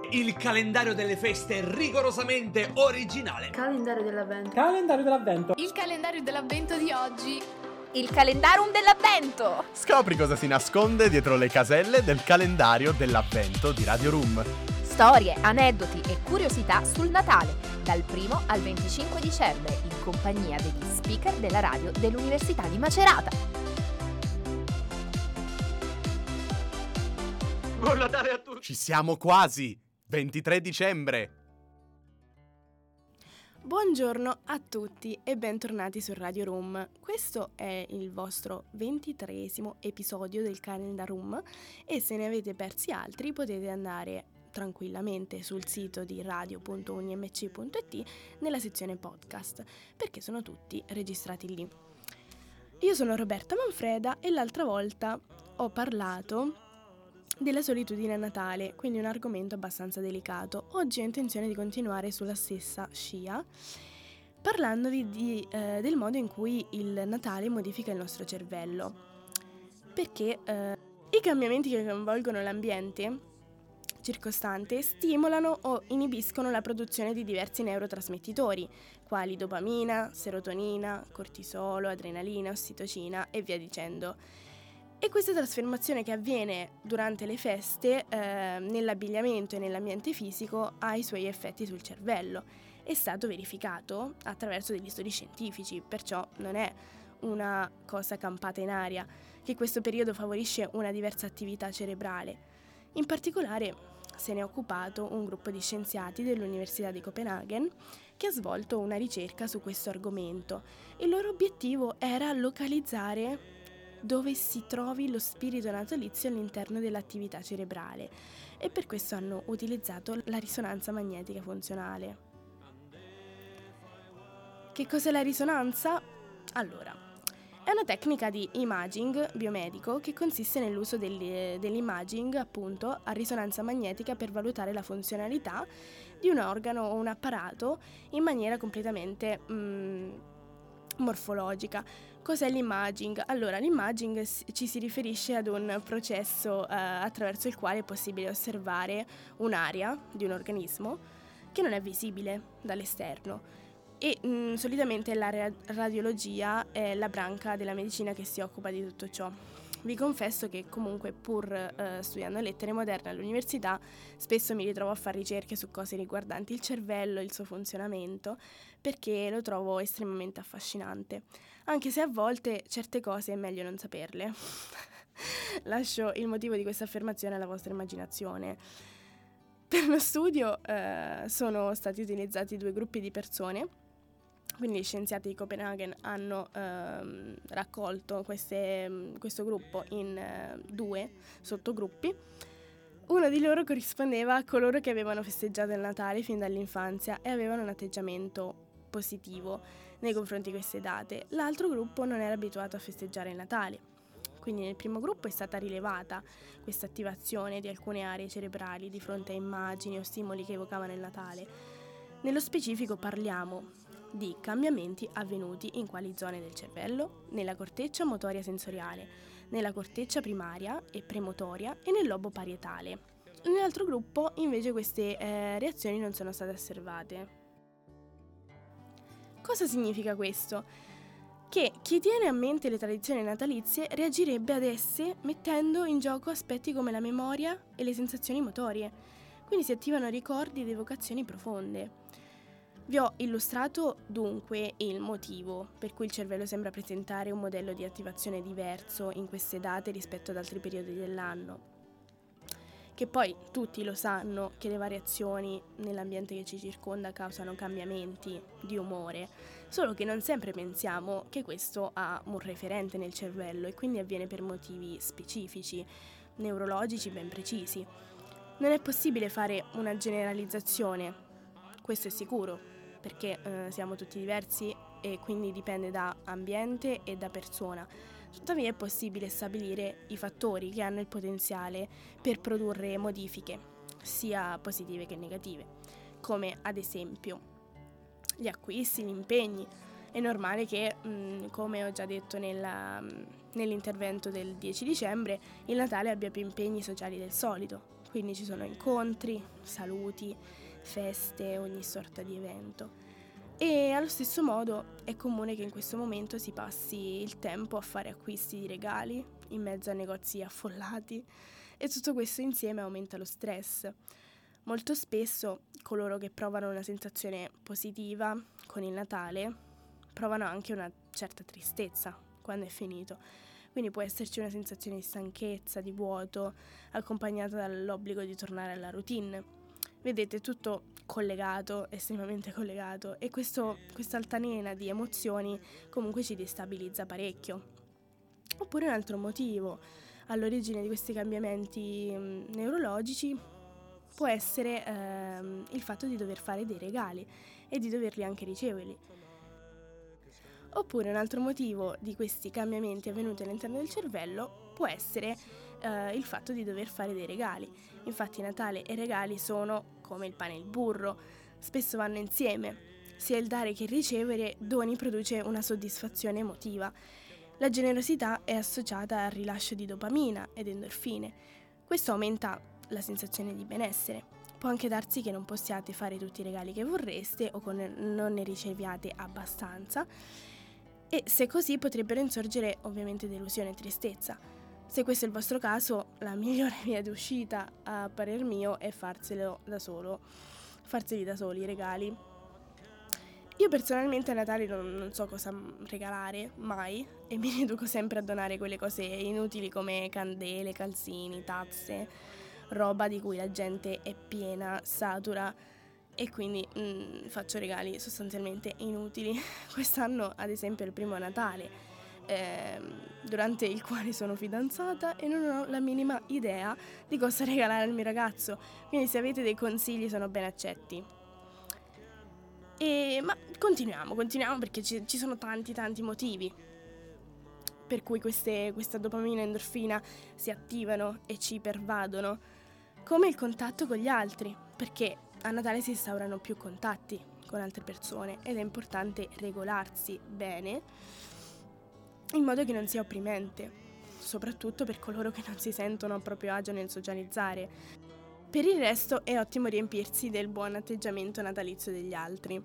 Il calendario delle feste rigorosamente originale. Calendario dell'avvento. Calendario dell'avvento. Il calendario dell'avvento di oggi. Il calendarum dell'avvento. Scopri cosa si nasconde dietro le caselle del calendario dell'avvento di Radio Room. Storie, aneddoti e curiosità sul Natale, dal 1 al 25 dicembre, in compagnia degli speaker della radio dell'Università di Macerata. Buon Natale a tutti! Ci siamo quasi! 23 dicembre! Buongiorno a tutti e bentornati su Radio Room. Questo è il vostro 23esimo episodio del Calendar Room e se ne avete persi altri potete andare tranquillamente sul sito di radio.unimc.it nella sezione podcast, perché sono tutti registrati lì. Io sono Roberta Manfreda e l'altra volta ho parlato della solitudine a Natale, quindi un argomento abbastanza delicato. Oggi ho intenzione di continuare sulla stessa scia, parlandovi del modo in cui il Natale modifica il nostro cervello, perché i cambiamenti che coinvolgono l'ambiente circostante stimolano o inibiscono la produzione di diversi neurotrasmettitori, quali dopamina, serotonina, cortisolo, adrenalina, ossitocina e via dicendo. E questa trasformazione che avviene durante le feste nell'abbigliamento e nell'ambiente fisico ha i suoi effetti sul cervello. È stato verificato attraverso degli studi scientifici, perciò non è una cosa campata in aria, che questo periodo favorisce una diversa attività cerebrale. In particolare se ne è occupato un gruppo di scienziati dell'Università di Copenaghen che ha svolto una ricerca su questo argomento. Il loro obiettivo era localizzare dove si trovi lo spirito natalizio all'interno dell'attività cerebrale e per questo hanno utilizzato la risonanza magnetica funzionale. Che cos'è la risonanza? Allora, è una tecnica di imaging biomedico che consiste nell'uso dell'imaging appunto a risonanza magnetica per valutare la funzionalità di un organo o un apparato in maniera completamente morfologica. Cos'è l'imaging? Allora, l'imaging ci si riferisce ad un processo attraverso il quale è possibile osservare un'area di un organismo che non è visibile dall'esterno e solitamente la radiologia è la branca della medicina che si occupa di tutto ciò. Vi confesso che comunque pur studiando lettere moderne all'università spesso mi ritrovo a fare ricerche su cose riguardanti il cervello e il suo funzionamento perché lo trovo estremamente affascinante, anche se a volte certe cose è meglio non saperle. Lascio il motivo di questa affermazione alla vostra immaginazione. Per lo studio sono stati utilizzati 2 gruppi di persone. Quindi gli scienziati di Copenaghen hanno raccolto questo gruppo in 2 sottogruppi. Uno di loro corrispondeva a coloro che avevano festeggiato il Natale fin dall'infanzia e avevano un atteggiamento positivo nei confronti di queste date. L'altro gruppo non era abituato a festeggiare il Natale. Quindi nel primo gruppo è stata rilevata questa attivazione di alcune aree cerebrali di fronte a immagini o stimoli che evocavano il Natale. Nello specifico parliamo di cambiamenti avvenuti in quali zone del cervello? Nella corteccia motoria sensoriale, nella corteccia primaria e premotoria e nel lobo parietale. Nell'altro gruppo invece queste reazioni non sono state osservate. Cosa significa questo? Che chi tiene a mente le tradizioni natalizie reagirebbe ad esse mettendo in gioco aspetti come la memoria e le sensazioni motorie. Quindi si attivano ricordi ed evocazioni profonde. Vi ho illustrato dunque il motivo per cui il cervello sembra presentare un modello di attivazione diverso in queste date rispetto ad altri periodi dell'anno. Che poi tutti lo sanno che le variazioni nell'ambiente che ci circonda causano cambiamenti di umore, solo che non sempre pensiamo che questo ha un referente nel cervello e quindi avviene per motivi specifici, neurologici ben precisi. Non è possibile fare una generalizzazione, questo è sicuro, perché siamo tutti diversi e quindi dipende da ambiente e da persona. Tuttavia è possibile stabilire i fattori che hanno il potenziale per produrre modifiche, sia positive che negative, come ad esempio gli acquisti, gli impegni. È normale che, come ho già detto nell'intervento del 10 dicembre, il Natale abbia più impegni sociali del solito, quindi ci sono incontri, saluti, feste, ogni sorta di evento. E allo stesso modo è comune che in questo momento si passi il tempo a fare acquisti di regali in mezzo a negozi affollati, e tutto questo insieme aumenta lo stress. Molto spesso coloro che provano una sensazione positiva con il Natale provano anche una certa tristezza quando è finito. Quindi può esserci una sensazione di stanchezza, di vuoto, accompagnata dall'obbligo di tornare alla routine. Vedete, tutto collegato, estremamente collegato, e questa altalena di emozioni comunque ci destabilizza parecchio. Oppure un altro motivo all'origine di questi cambiamenti neurologici può essere il fatto di dover fare dei regali e di doverli anche riceverli. Oppure un altro motivo di questi cambiamenti avvenuti all'interno del cervello può essere il fatto di dover fare dei regali. Infatti Natale e regali sono come il pane e il burro, spesso vanno insieme. Sia il dare che il ricevere doni produce una soddisfazione emotiva. La generosità è associata al rilascio di dopamina ed endorfine. Questo aumenta la sensazione di benessere. Può anche darsi che non possiate fare tutti i regali che vorreste o che non ne riceviate abbastanza, e se così potrebbero insorgere ovviamente delusione e tristezza. Se questo è il vostro caso, la migliore via d'uscita, a parer mio, è farseli da soli i regali. Io personalmente a Natale non so cosa regalare, mai, e mi riduco sempre a donare quelle cose inutili come candele, calzini, tazze, roba di cui la gente è piena, satura, e quindi faccio regali sostanzialmente inutili. Quest'anno, ad esempio, è il primo Natale, durante il quale sono fidanzata e non ho la minima idea di cosa regalare al mio ragazzo, quindi se avete dei consigli sono ben accetti. Ma continuiamo perché ci sono tanti motivi per cui questa dopamina e endorfina si attivano e ci pervadono, come il contatto con gli altri, perché a Natale si instaurano più contatti con altre persone ed è importante regolarsi bene in modo che non sia opprimente, soprattutto per coloro che non si sentono a proprio agio nel socializzare. Per il resto è ottimo riempirsi del buon atteggiamento natalizio degli altri.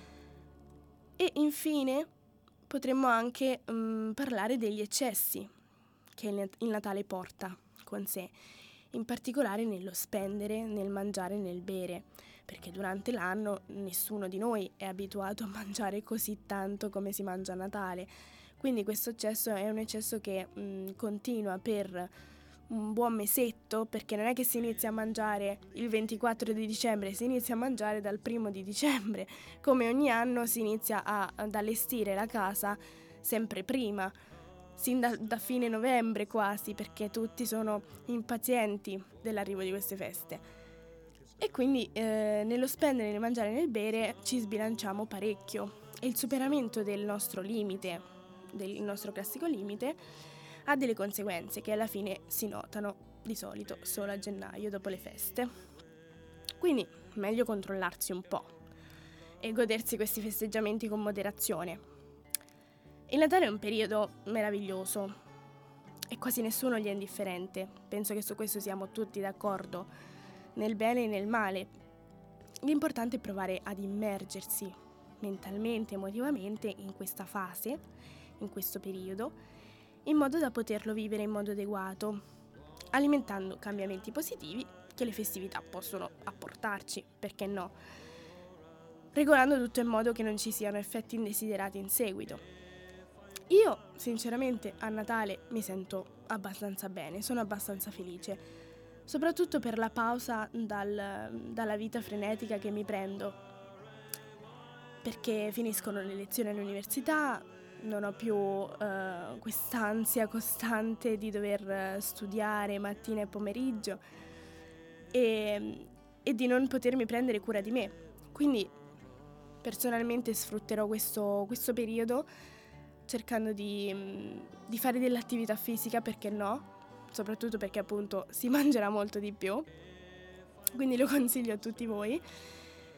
E infine potremmo anche parlare degli eccessi che il Natale porta con sé, in particolare nello spendere, nel mangiare e nel bere, perché durante l'anno nessuno di noi è abituato a mangiare così tanto come si mangia a Natale. Quindi questo eccesso è un eccesso che continua per un buon mesetto, perché non è che si inizia a mangiare il 24 di dicembre, si inizia a mangiare dal 1 di dicembre. Come ogni anno si inizia ad allestire la casa sempre prima, sin da fine novembre quasi, perché tutti sono impazienti dell'arrivo di queste feste. E quindi nello spendere, nel mangiare e nel bere ci sbilanciamo parecchio, e il superamento del nostro limite, del nostro classico limite, ha delle conseguenze che alla fine si notano di solito solo a gennaio dopo le feste. Quindi meglio controllarsi un po' e godersi questi festeggiamenti con moderazione. Il Natale è un periodo meraviglioso e quasi nessuno gli è indifferente. Penso che su questo siamo tutti d'accordo, nel bene e nel male. L'importante è provare ad immergersi mentalmente, emotivamente in questa fase, in questo periodo, in modo da poterlo vivere in modo adeguato, alimentando cambiamenti positivi che le festività possono apportarci, perché no? Regolando tutto in modo che non ci siano effetti indesiderati in seguito. Io, sinceramente, a Natale mi sento abbastanza bene, sono abbastanza felice, soprattutto per la pausa dalla vita frenetica che mi prendo, perché finiscono le lezioni all'università, non ho più quest'ansia costante di dover studiare mattina e pomeriggio e di non potermi prendere cura di me. Quindi personalmente sfrutterò questo periodo cercando di fare dell'attività fisica, perché no? Soprattutto perché appunto si mangerà molto di più, quindi lo consiglio a tutti voi.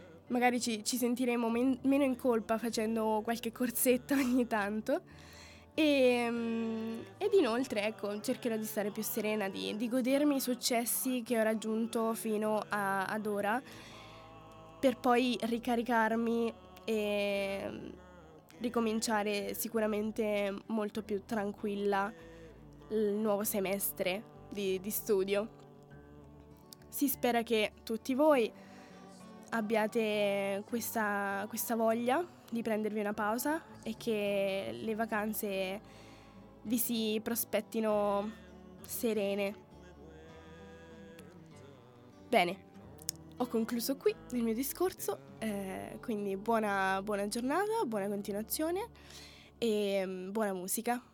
Magari ci sentiremo meno in colpa facendo qualche corsetta ogni tanto, Ed inoltre, ecco, cercherò di stare più serena, di godermi i successi che ho raggiunto fino ad ora, per poi ricaricarmi e ricominciare sicuramente molto più tranquilla il nuovo semestre di studio. Si spera che tutti voi abbiate questa voglia di prendervi una pausa e che le vacanze vi si prospettino serene. Bene, ho concluso qui il mio discorso, quindi buona giornata, buona continuazione e buona musica.